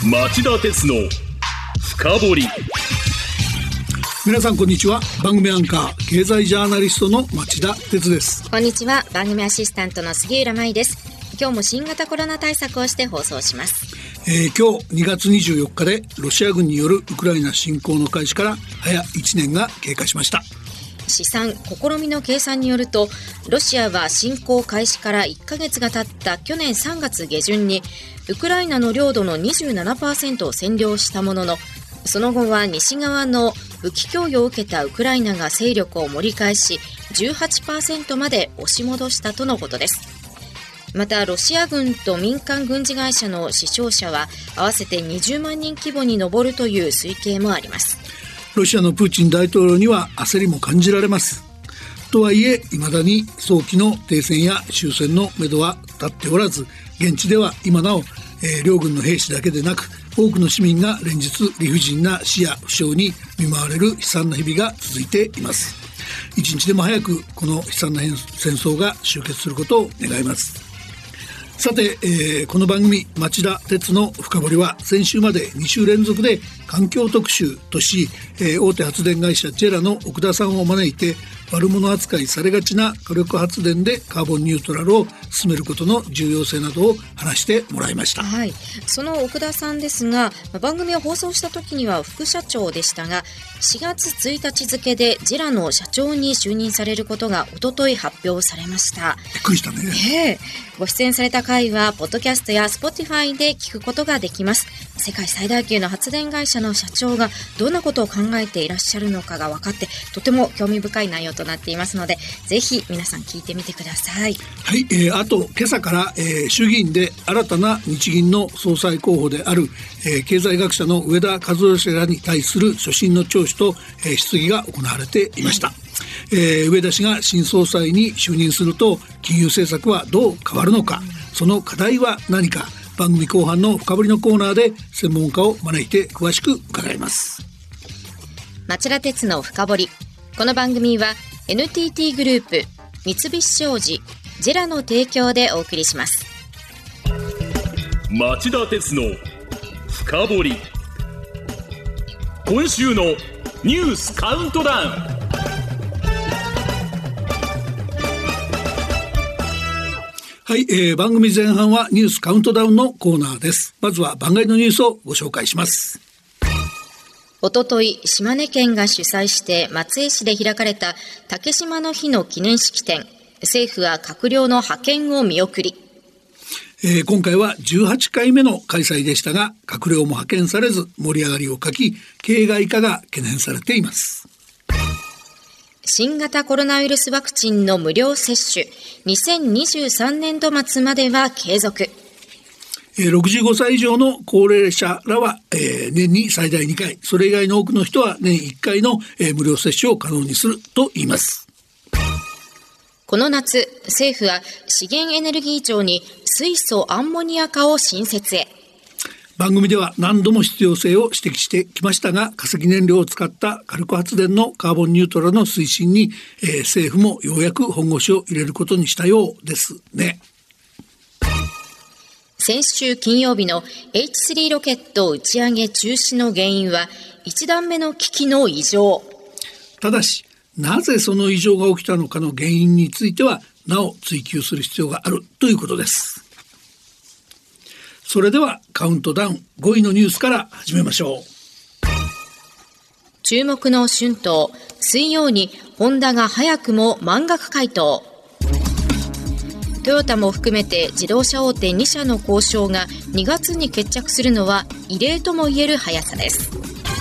町田鉄の深掘り。 皆さんこんにちは。番組アンカー経済ジャーナリストの町田鉄です。 こんにちは。番組アシスタントの杉浦舞です。今日も新型コロナ対策をして放送します。 今日2月24日でロシア軍によるウクライナ侵攻の開始から早1年が経過しました。 試みの計算によると、ロシアは侵攻開始から1ヶ月が経った去年3月下旬にウクライナの領土の 27% を占領したものの、その後は西側の武器供与を受けたウクライナが勢力を盛り返し 18% まで押し戻したとのことです。またロシア軍と民間軍事会社の死傷者は合わせて20万人規模に上るという推計もあります。 ロシアのプーチン大統領には焦りも感じられます。とはいえ未だに早期の停戦や終戦のめどは立っておらず、現地では今なお、両軍の兵士だけでなく多くの市民が連日理不尽な死や負傷に見舞われる悲惨な日々が続いています。一日でも早くこの悲惨な戦争が終結することを願います。さて、この番組町田鉄の深掘りは先週まで2週連続で環境特集とし、大手発電会社ジェラの奥田さんを招いて悪者扱いされがちな火力発電でカーボンニュートラルを進めることの重要性などを話してもらいました。 はい、その奥田さんですが、番組を放送した時には副社長でしたが、4月1日付でジェラの社長に就任されることが一昨日発表されました。 びっくりしたね。 ご出演された回はポッドキャストや Spotify で聞くことができます。世界最大級の発電会社の社長がどんなことを考えていらっしゃるのかが分かって、とても興味深い内容となっていますので、ぜひ皆さん聞いてみてください。 はい、あと今朝から、衆議院で新たな日銀の総裁候補である、経済学者の上田和男氏らに対する所信の聴取と、質疑が行われていました。上田氏が新総裁に就任すると金融政策はどう変わるのか、その課題は何か、番組後半の深掘りのコーナーで専門家を招いて詳しく伺います。 町田鉄の深掘り。この番組は NTT グループ、三菱商事、ジェラの提供でお送りします。 町田鉄の深掘り。今週のニュースカウントダウン。 はい、番組前半はニュースカウントダウンのコーナーです。まずは番外のニュースをご紹介します。 おととい、島根県が主催して松江市で開かれた竹島の日の記念式典。政府は閣僚の派遣を見送り、 今回は18回目の開催でしたが、閣僚も派遣されず盛り上がりを欠き、形骸化が懸念されています。 新型コロナウイルスワクチンの無料接種、2023年度末までは継続。 65歳以上の高齢者らは、年に最大2回、それ以外の多くの人は年1回の、無料接種を可能にすると言います。 この夏、政府は資源エネルギー庁に水素アンモニア化を新設へ。 番組では何度も必要性を指摘してきましたが、化石燃料を使った火力発電のカーボンニュートラルの推進に、政府もようやく本腰を入れることにしたようですね。 先週金曜日の H3 ロケット打ち上げ中止の原因は1段目の機器の異常。 ただし、なぜその異常が起きたのかの原因についてはなお追求する必要があるということです。それではカウントダウン5位のニュースから始めましょう。 注目の春闘、水曜にホンダが早くも満額回答。トヨタも含めて自動車大手2社の交渉が2月に決着するのは異例ともいえる速さです。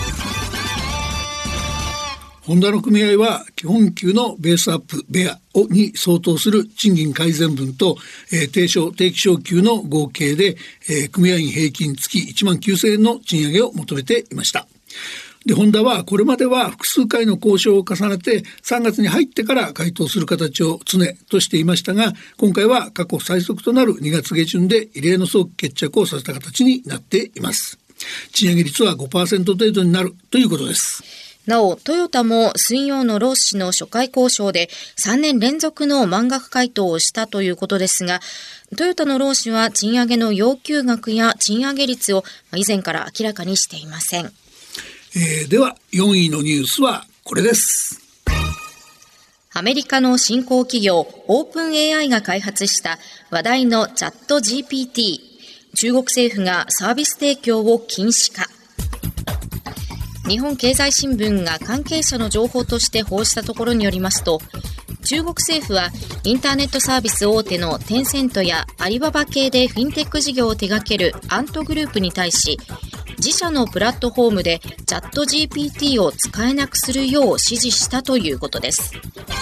ホンダの組合は基本給のベースアップベアに相当する賃金改善分と、定期昇給の合計で、組合員平均月1万9000円の賃上げを求めていました。で、ホンダはこれまでは複数回の交渉を重ねて3月に入ってから回答する形を常としていましたが、今回は過去最速となる2月下旬で異例の早期決着をさせた形になっています。賃上げ率は 5% 程度になるということです。 なおトヨタも水曜の労使の初回交渉で3年連続の満額回答をしたということですが、トヨタの労使は賃上げの要求額や賃上げ率を以前から明らかにしていません。 では4位のニュースはこれです。 アメリカの新興企業オープン AI が開発した話題のチャット GPT、 中国政府がサービス提供を禁止か。日本経済新聞が関係者の情報として報じたところによりますと、中国政府はインターネットサービス大手のテンセントやアリババ系でフィンテック事業を手掛けるアントグループに対し、自社のプラットフォームでチャット GPT を使えなくするよう指示したということです。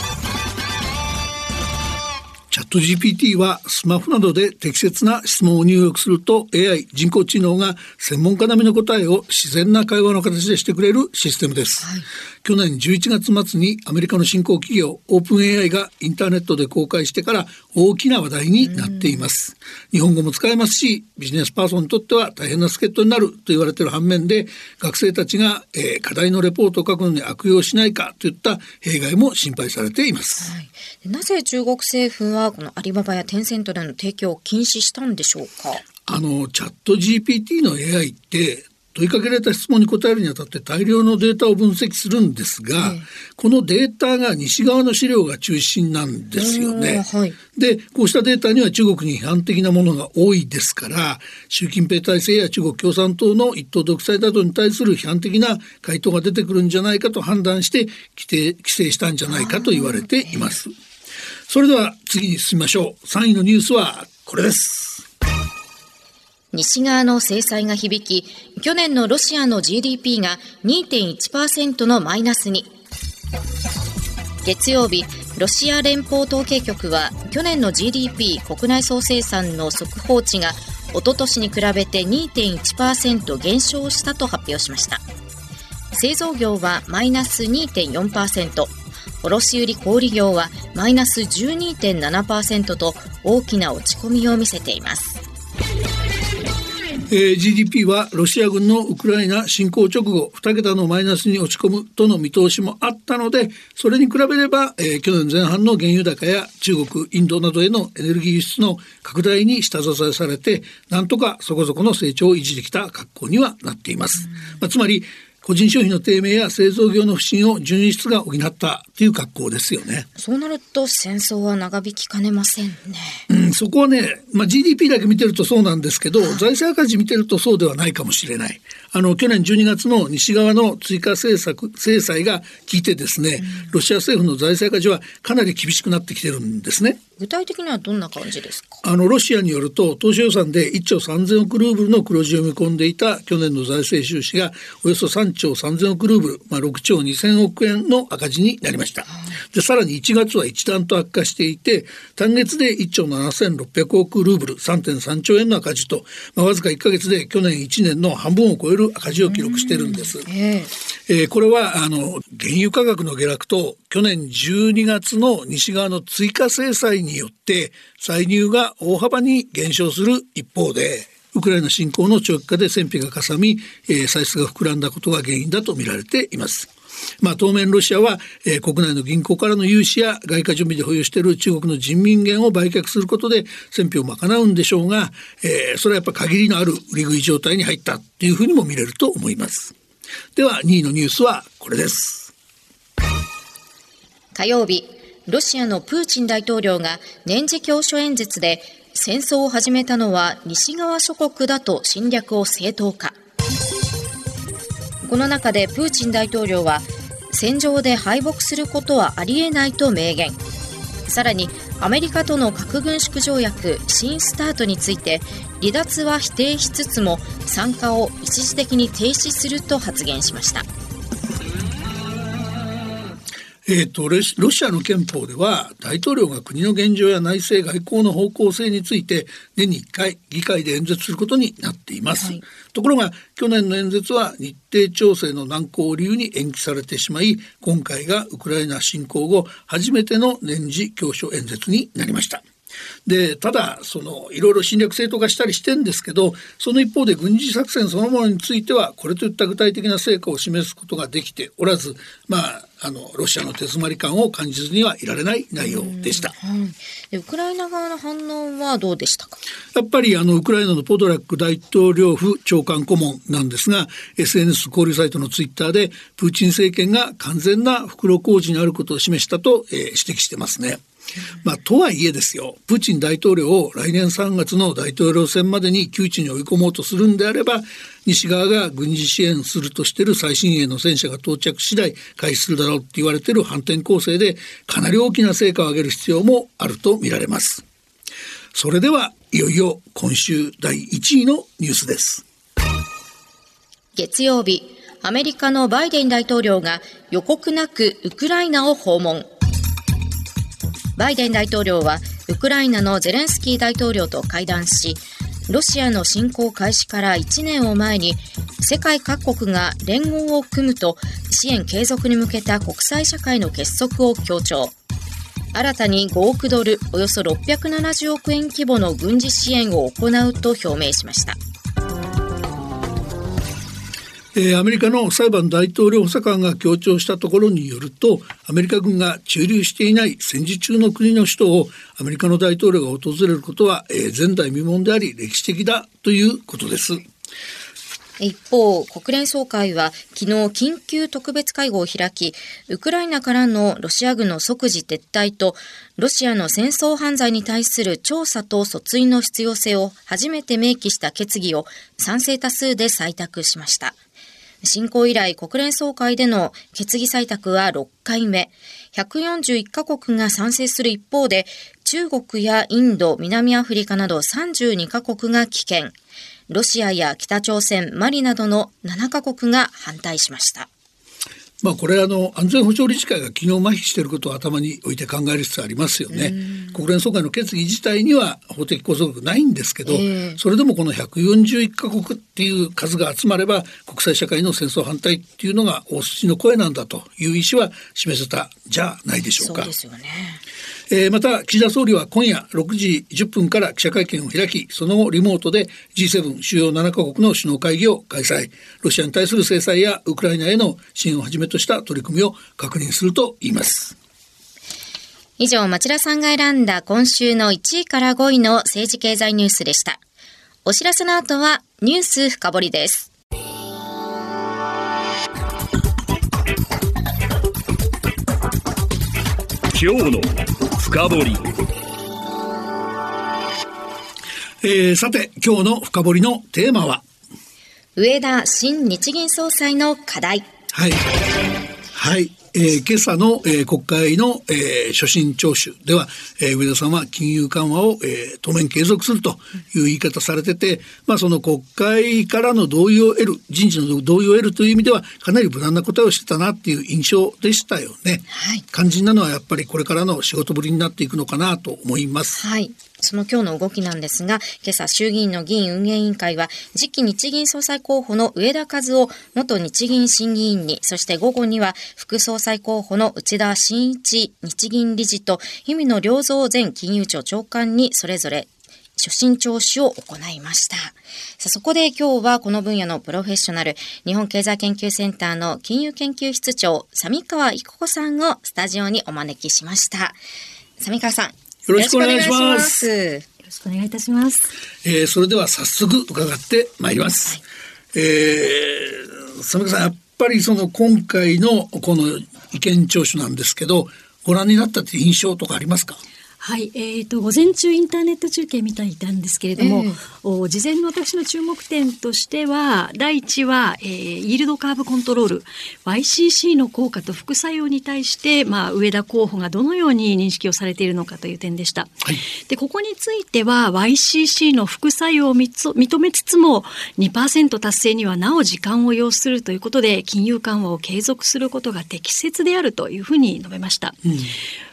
チャット GPT はスマホなどで適切な質問を入力すると AI 人工知能が専門家並みの答えを自然な会話の形でしてくれるシステムです、去年11月末にアメリカの新興企業オープン AI がインターネットで公開してから大きな話題になっています。日本語も使えますし、ビジネスパーソンにとっては大変な助っ人になると言われている反面で、学生たちが、課題のレポートを書くのに悪用しないかといった弊害も心配されています、 なぜ中国政府はこのアリババやテンセントでの提供を禁止したんでしょうか。 チャット GPT の AI って問いかけられた質問に答えるにあたって大量のデータを分析するんですが、このデータが西側の資料が中心なんですよね、でこうしたデータには中国に批判的なものが多いですから、習近平体制や中国共産党の一党独裁などに対する批判的な回答が出てくるんじゃないかと判断して規制したんじゃないかと言われています。それでは次に進みましょう。3位のニュースはこれです。 西側の制裁が響き、去年のロシアの GDP が 2.1% のマイナスに。月曜日、ロシア連邦統計局は去年の GDP 国内総生産の速報値が一昨年に比べて 2.1% 減少したと発表しました。製造業はマイナス 2.4%、卸売小売業はマイナス 12.7% と大きな落ち込みを見せています。 GDP はロシア軍のウクライナ侵攻直後2桁のマイナスに落ち込むとの見通しもあったので、それに比べれば、去年前半の原油高や中国インドなどへのエネルギー輸出の拡大に下支えされて、なんとかそこそこの成長を維持できた格好にはなっています、つまり個人消費の低迷や製造業の不振を純輸出が補ったという格好ですよね。 そうなると戦争は長引きかねませんね。 そこはね、GDP だけ見てるとそうなんですけど、財政赤字見てるとそうではないかもしれない。去年12月の西側の追加制裁が効いてですね、ロシア政府の財政赤字はかなり厳しくなってきてるんですね。 具体的にはどんな感じですか。 ロシアによると当初予算で1兆3000億ルーブルの黒字を見込んでいた去年の財政収支がおよそ3兆3000億ルーブル、6兆2000億円の赤字になりました。でさらに1月は一段と悪化していて、単月で1兆7600億ルーブル 3.3 兆円の赤字と、わずか1ヶ月で去年1年の半分を超える赤字を記録しているんです。これは原油価格の下落と去年12月の西側の追加制裁によって歳入が大幅に減少する一方で、ウクライナ侵攻の長期化で戦費がかさみ、歳出が膨らんだことが原因だと見られています。当面ロシアは、国内の銀行からの融資や外貨準備で保有している中国の人民元を売却することで戦費を賄うんでしょうが、それはやっぱ限りのある売り食い状態に入ったというふうにも見れると思います。では2位のニュースはこれです。 火曜日、ロシアのプーチン大統領が年次教書演説で戦争を始めたのは西側諸国だと侵略を正当化。この中でプーチン大統領は戦場で敗北することはありえないと明言。さらにアメリカとの核軍縮条約新スタートについて離脱は否定しつつも参加を一時的に停止すると発言しました。 ロシアの憲法では大統領が国の現状や内政外交の方向性について年に1回議会で演説することになっています、ところが去年の演説は日程調整の難航を理由に延期されてしまい、今回がウクライナ侵攻後初めての年次教書演説になりました。 でただいろいろ侵略正当化したりしてるんですけど、その一方で軍事作戦そのものについてはこれといった具体的な成果を示すことができておらず、ロシアの手詰まり感を感じずにはいられない内容でした。 でウクライナ側の反応はどうでしたか？ やっぱりウクライナのポドリャク大統領府長官顧問なんですが、 SNS 交流サイトのツイッターでプーチン政権が完全な袋小路にあることを示したと、指摘してますね。とはいえですよ、プーチン大統領を来年3月の大統領選までに窮地に追い込もうとするんであれば、西側が軍事支援するとしている最新鋭の戦車が到着次第開始するだろうって言われている反転攻勢でかなり大きな成果を上げる必要もあると見られます。それではいよいよ今週第1位のニュースです。 月曜日、アメリカのバイデン大統領が予告なくウクライナを訪問。バイデン大統領はウクライナのゼレンスキー大統領と会談し、ロシアの侵攻開始から1年を前に世界各国が連合を組むと支援継続に向けた国際社会の結束を強調。新たに5億ドル、およそ670億円規模の軍事支援を行うと表明しました。 アメリカのサリバン大統領補佐官が強調したところによると、アメリカ軍が駐留していない戦時中の国の首都をアメリカの大統領が訪れることは、前代未聞であり歴史的だということです。 一方、国連総会は昨日緊急特別会合を開き、ウクライナからのロシア軍の即時撤退とロシアの戦争犯罪に対する調査と訴追の必要性を初めて明記した決議を賛成多数で採択しました。侵攻以来、国連総会での決議採択は6回目。141カ国が賛成する一方で、中国やインド、南アフリカなど32カ国が棄権。ロシアや北朝鮮、マリなどの7カ国が反対しました。 これ安全保障理事会が昨日麻痺していることを頭に置いて考える必要ありますよね。国連総会の決議自体には法的拘束力ないんですけど、それでもこの141カ国っていう数が集まれば国際社会の戦争反対っていうのが大筋の声なんだという意思は示せたじゃないでしょうか。 そうですよね。 また岸田総理は今夜6時10分から記者会見を開き、その後リモートで G7 主要7カ国の首脳会議を開催。ロシアに対する制裁やウクライナへの支援をはじめとした取り組みを確認すると言います。 以上、町田さんが選んだ今週の1位から5位の政治経済ニュースでした。お知らせの後はニュース深掘りです。 今日の深掘り。 さて今日の深掘りのテーマは植田新日銀総裁の課題。 はい、今朝の、国会の、所信聴取では、植田さんは金融緩和を、当面継続するという言い方されてて、その国会からの同意を得る、人事の同意を得るという意味ではかなり無難な答えをしてたなっていう印象でしたよね。肝心なのはやっぱりこれからの仕事ぶりになっていくのかなと思います。 その今日の動きなんですが、今朝衆議院の議院運営委員会は次期日銀総裁候補の植田和男元日銀審議員に、そして午後には副総裁候補の内田眞一日銀理事と氷見野良三前金融庁長官にそれぞれ所信聴取を行いました。そこで今日はこの分野のプロフェッショナル、日本経済研究センターの金融研究室長鮫川育子さんをスタジオにお招きしました。鮫川さん、 よろしくお願いします。 よろしくお願いいたします。 それでは早速伺ってまいります。鮫川さん、やっぱりその今回のこの意見聴取なんですけど、ご覧になったという印象とかありますか？ はい、午前中インターネット中継見ていたんですけれども、事前の私の注目点としては、第一は、イールドカーブコントロール YCC の効果と副作用に対して、植田候補がどのように認識をされているのかという点でした。でここについては YCC の副作用を認めつつも 2% 達成にはなお時間を要するということで、金融緩和を継続することが適切であるというふうに述べました。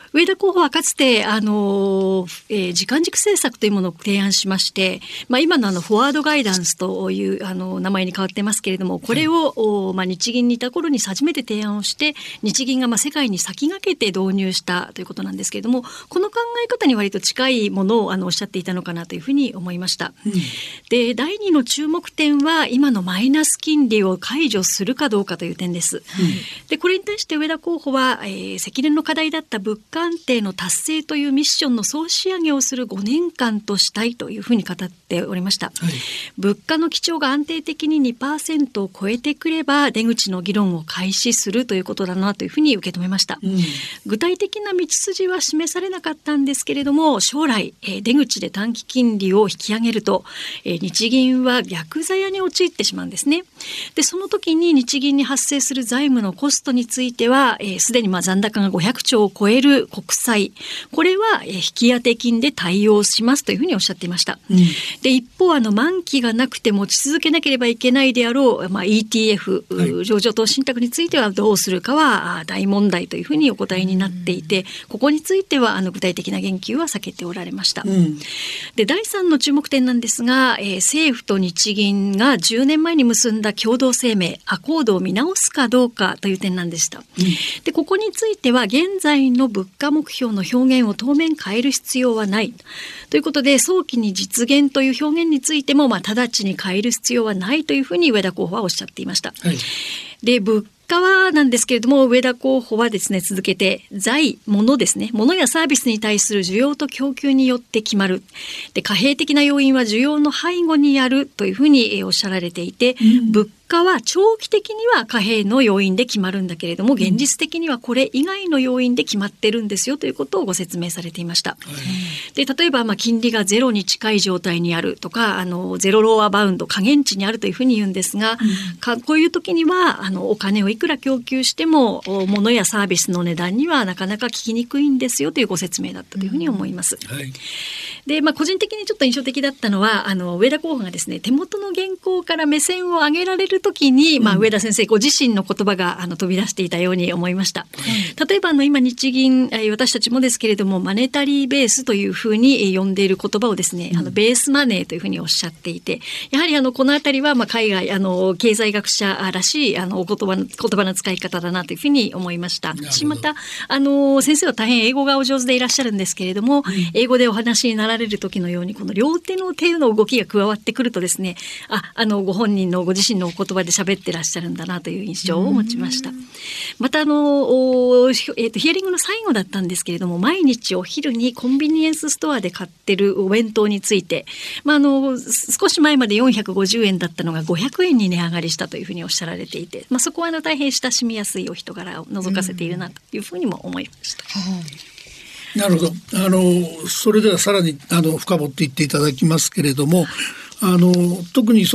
上田候補はかつて時間軸政策というものを提案しまして、今のフォワードガイダンスという名前に変わってますけれども、これを、日銀にいた頃に初めて提案をして、日銀が世界に先駆けて導入したということなんですけれども、この考え方に割と近いものをおっしゃっていたのかなというふうに思いました。で、第2の注目点は今のマイナス金利を解除するかどうかという点です。で、これに対して上田候補は、積年の課題だった物価安定の達成というミッションの総仕上げをする5年間としたいというふうに語っておりました。物価の基調が安定的に 2% を超えてくれば出口の議論を開始するということだなというふうに受け止めました。具体的な道筋は示されなかったんですけれども、将来、出口で短期金利を引き上げると、日銀は逆ざやに陥ってしまうんですね。で、その時に日銀に発生する財務のコストについては、すでに残高が500兆を超える国債、これは引き当て金で対応しますというふうにおっしゃっていました。で、一方満期がなくて持ち続けなければいけないであろう、ETF、上場投資信託についてはどうするかは大問題というふうにお答えになっていて、ここについては具体的な言及は避けておられました。で、第3の注目点なんですが、政府と日銀が10年前に結んだ共同声明アコードを見直すかどうかという点なんでした。で、ここについては現在の物価目標の表現を当面変える必要はないということで、早期に実現という表現についても直ちに変える必要はないというふうに上田候補はおっしゃっていました。で、物価はなんですけれども、上田候補はですね、続けて物ですね、物やサービスに対する需要と供給によって決まる。で、貨幣的な要因は需要の背後にあるというふうにおっしゃられていて、物価は長期的には貨幣の要因で決まるんだけれども、現実的にはこれ以外の要因で決まってるんですよということをご説明されていました。で、例えば金利がゼロに近い状態にあるとか、ゼロローアバウンド下限値にあるというふうに言うんですが、こういう時にはお金をいくら供給しても物やサービスの値段にはなかなか効きにくいんですよというご説明だったというふうに思います。で、個人的にちょっと印象的だったのは上田候補がですね、手元の原稿から目線を上げられるときに、上田先生ご自身の言葉が飛び出していたように思いました。例えば今日銀、私たちもですけれどもマネタリーベースというふうに呼んでいる言葉をですね、ベースマネーというふうにおっしゃっていて、やはりこのあたりは海外経済学者らしい言葉の使い方だなというふうに思いました。また先生は大変英語がお上手でいらっしゃるんですけれども、英語でお話になられる時のようにこの両手の動きが加わってくるとですね、ご本人のご自身のお言葉で喋ってらっしゃるんだなという印象を持ちました。またヒアリングの最後だったんですけれども、毎日お昼にコンビニエンスストアで買ってるお弁当について、少し前まで450円だったのが500円に値上がりしたというふうにおっしゃられていて、そこは大変親しみやすいお人柄を覗かせているなというふうにも思いました。 なるほど。それではさらに深掘っていっていただきますけれども、特に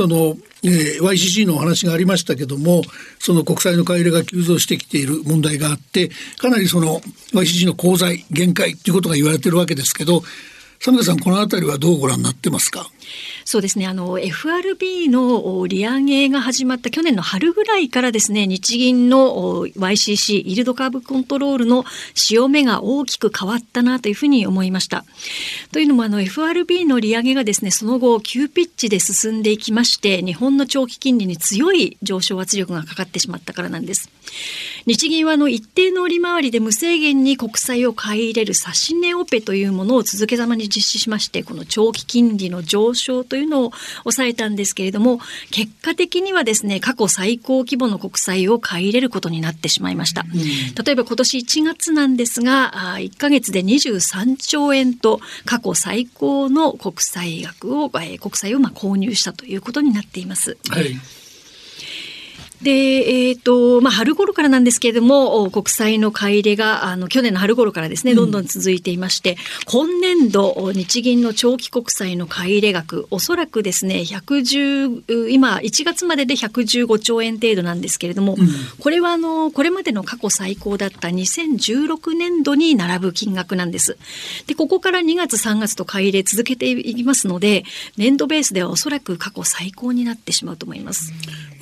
YCC のお話がありましたけども、その国債の買い入れが急増してきている問題があって、かなりYCC の功罪限界ということが言われているわけですけど、佐中さん、このあたりはどうご覧になってますか？ そうですね、FRB の利上げが始まった去年の春ぐらいからですね、日銀の YCC イールドカーブコントロールの潮目が大きく変わったなというふうに思いました。というのもFRB の利上げがですね、その後急ピッチで進んでいきまして、日本の長期金利に強い上昇圧力がかかってしまったからなんです。日銀は一定の利回りで無制限に国債を買い入れる指し値オペというものを続けざまに実施しまして、この長期金利の上昇というのを抑えたんですけれども、結果的にはですね、過去最高規模の国債を買い入れることになってしまいました。例えば今年1月なんですが、1ヶ月で23兆円と過去最高の国債を購入したということになっています。で、春頃からなんですけれども、国債の買い入れが去年の春頃からですね、どんどん続いていまして、今年度日銀の長期国債の買い入れ額、おそらくですね、今1月までで115兆円程度なんですけれども、これはこれまでの過去最高だった2016年度に並ぶ金額なんです。で、ここから2月3月と買い入れ続けていきますので、年度ベースではおそらく過去最高になってしまうと思います。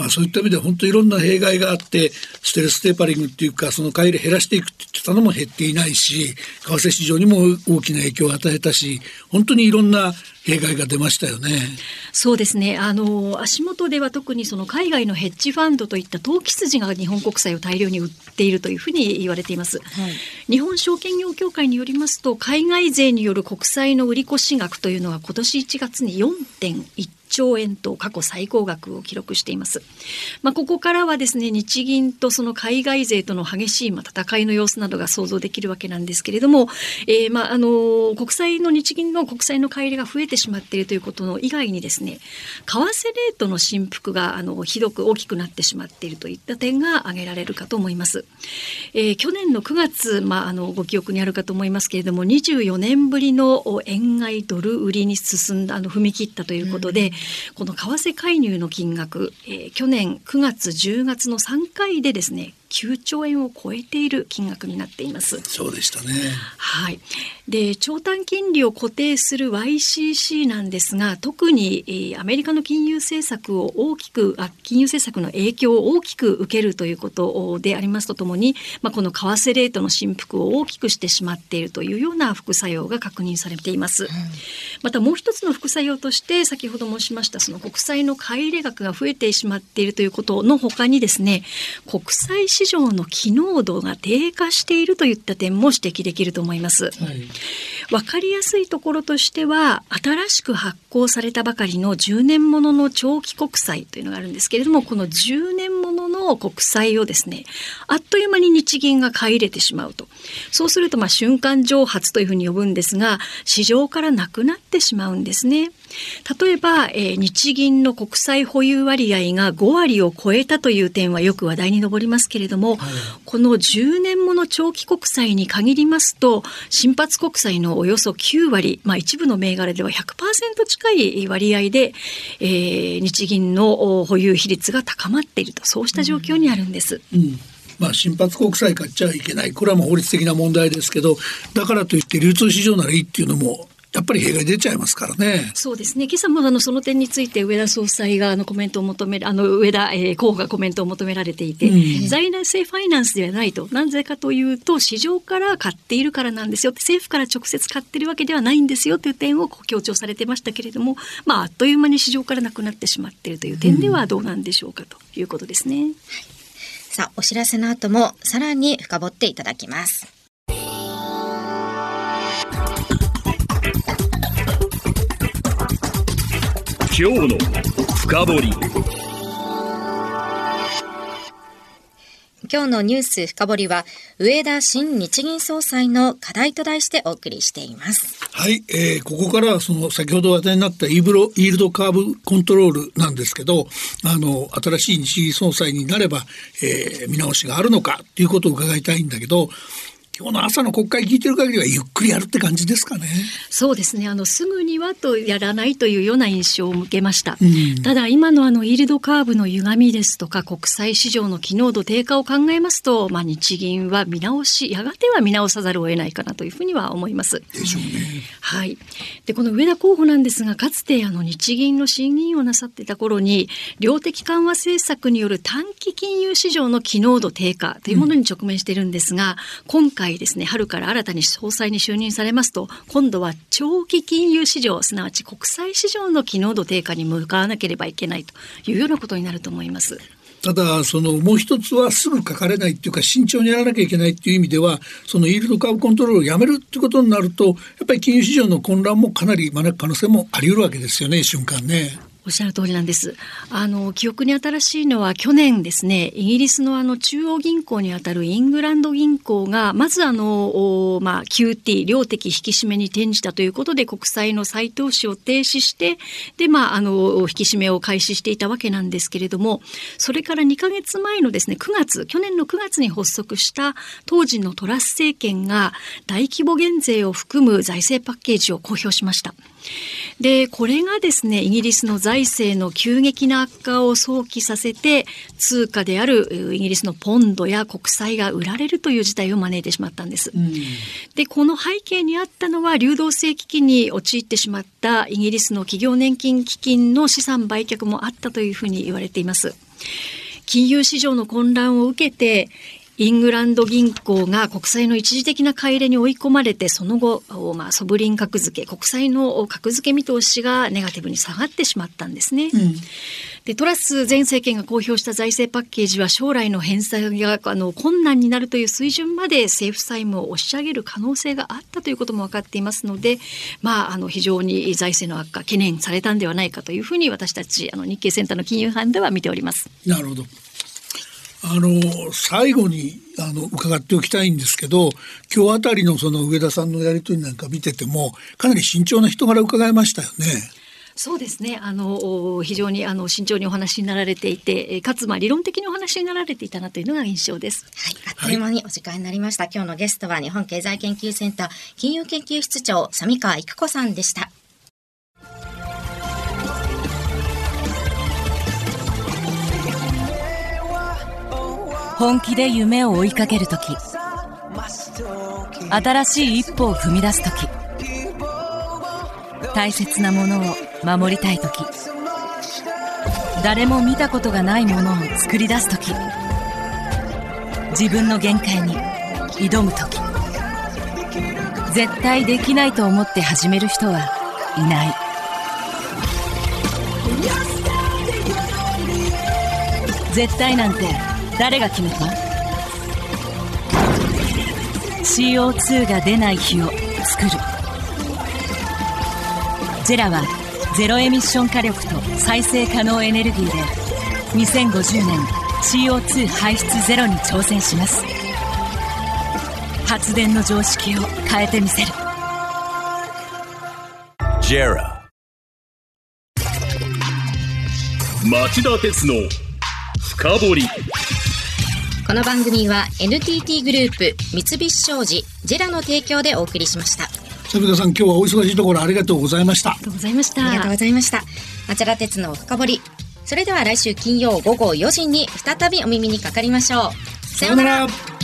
そういった意味で本当にいろんな弊害があって、ステルステーパリングっていうか、その買い入れ減らしていくって言ってたのも減っていないし、為替市場にも大きな影響を与えたし、本当にいろんな弊害が出ましたよね。 そうですね。足元では特にその海外のヘッジファンドといった投機筋が日本国債を大量に売っているというふうに言われています。日本証券業協会によりますと、海外勢による国債の売り越し額というのは今年1月に 4.1兆円と過去最高額を記録しています。ここからはですね、日銀とその海外勢との激しい戦いの様子などが想像できるわけなんですけれども、国債の日銀の国債の買い入れが増えてしまっているということの以外にですね、為替レートの振幅がひどく大きくなってしまっているといった点が挙げられるかと思います。去年の9月、ご記憶にあるかと思いますけれども、24年ぶりの円買いドル売りに進んだ踏み切ったということで、この為替介入の金額、去年9月10月の3回でですね、9兆円を超えている金額になっています。 そうでしたね。 はい。で、長短金利を固定する YCC なんですが、特に、アメリカの金融政策の影響を大きく受けるということでありますとともに、この為替レートの振幅を大きくしてしまっているというような副作用が確認されています。またもう一つの副作用として、先ほど申しましたその国債の買い入れ額が増えてしまっているということの他にですね、国債市場の機能度が低下しているといった点も指摘できると思います。わかりやすいところとしては、新しく発行されたばかりの10年ものの長期国債というのがあるんですけれども、この10年ものの国債をですね、あっという間に日銀が買い入れてしまうと。そうすると瞬間蒸発というふうに呼ぶんですが、市場からなくなってしまうんですね。例えば、日銀の国債保有割合が5割を超えたという点はよく話題に上りますけれども、この10年もの長期国債に限りますと、新発国債のおよそ9割、一部の銘柄では 100% 近い割合で、日銀の保有比率が高まっていると、そうした状況にあるんです。 新発国債買っちゃいけない、これはもう法律的な問題ですけど、だからといって流通市場ならいいっていうのもやっぱり弊害出ちゃいますからね。 そうですね。今朝もその点について上田総裁がコメントを求め上田、候補がコメントを求められていて、財政ファイナンスではないと。なぜかというと、市場から買っているからなんですよ。政府から直接買っているわけではないんですよという点を強調されてましたけれども、あっという間に市場からなくなってしまっているという点ではどうなんでしょうかということですね。 さあ、お知らせの後もさらに深掘っていただきます。 今日の深掘り。 今日のニュース深掘りは、上田新日銀総裁の課題と題してお送りしています。 はい、ここからはその先ほど話題になったイールドカーブコントロールなんですけど、新しい日銀総裁になれば、見直しがあるのかということを伺いたいんだけど、今日の朝の国会聞いてる限りはゆっくりやるって感じですかね。 そうですね。すぐにはとやらないというような印象を受けました。ただ今のイールドカーブの歪みですとか、国債市場の機能度低下を考えますと、日銀はやがては見直さざるを得ないかなというふうには思います。 でしょうね。 はい。で、この上田候補なんですが、かつて日銀の審議員をなさっていた頃に、量的緩和政策による短期金融市場の機能度低下というものに直面しているんですが、今回ですね、春から新たに総裁に就任されますと、今度は長期金融市場、すなわち国債市場の機能度低下に向かわなければいけないというようなことになると思います。 ただもう一つはすぐ書かれないっていうか、慎重にやらなきゃいけないっていう意味では、そのイールドカーブコントロールをやめるってことになると、やっぱり金融市場の混乱もかなり招く可能性もあり得るわけですよね、瞬間ね。 おっしゃる通りなんです。記憶に新しいのは去年ですね、イギリスの中央銀行にあたるイングランド銀行がまずQT 量的引き締めに転じたということで、国債の再投資を停止して、で引き締めを開始していたわけなんですけれども、それから2ヶ月前のですね、去年の9月に発足した当時のトラス政権が大規模減税を含む財政パッケージを公表しました。 で、これがですね、イギリスの財政の急激な悪化を想起させて、通貨であるイギリスのポンドや国債が売られるという事態を招いてしまったんです。で、この背景にあったのは、流動性危機に陥ってしまったイギリスの企業年金基金の資産売却もあったというふうに言われています。金融市場の混乱を受けて、イングランド銀行が国債の一時的な買い入れに追い込まれて、その後、ソブリン格付け、国債の格付け見通しがネガティブに下がってしまったんですね。で、トラス前政権が公表した財政パッケージは、将来の返済が困難になるという水準まで政府債務を押し上げる可能性があったということも分かっていますので、非常に財政の悪化懸念されたんではないかというふうに、私たち日経センターの金融班では見ております。 なるほど。最後に伺っておきたいんですけど、今日あたりのその上田さんのやり取りなんか見てても、かなり慎重な人柄伺いましたよね。 そうですね。非常に慎重にお話になられていて、かつ理論的にお話になられていたなというのが印象です。 はい、あっという間にお時間になりました。今日のゲストは日本経済研究センター金融研究室長、鮫川育子さんでした。 本気で夢を追いかけるとき、新しい一歩を踏み出すとき、大切なものを守りたいとき、誰も見たことがないものを作り出すとき、自分の限界に挑むとき、絶対できないと思って始める人はいない。絶対なんて誰が決めた？ CO2 が出ない日を作る。ジェラはゼロエミッション火力と再生可能エネルギーで2050年 CO2 排出ゼロに挑戦します。発電の常識を変えてみせる。 ジェラ町田鉄の深掘り。 この番組は NTT グループ、三菱商事、ジェラの提供でお送りしました。 鮫田さん、今日はお忙しいところありがとうございました。 ありがとうございました。 ありがとうございました。町田鉄の深掘り。それでは来週金曜午後4時に再びお耳にかかりましょう。 さようなら。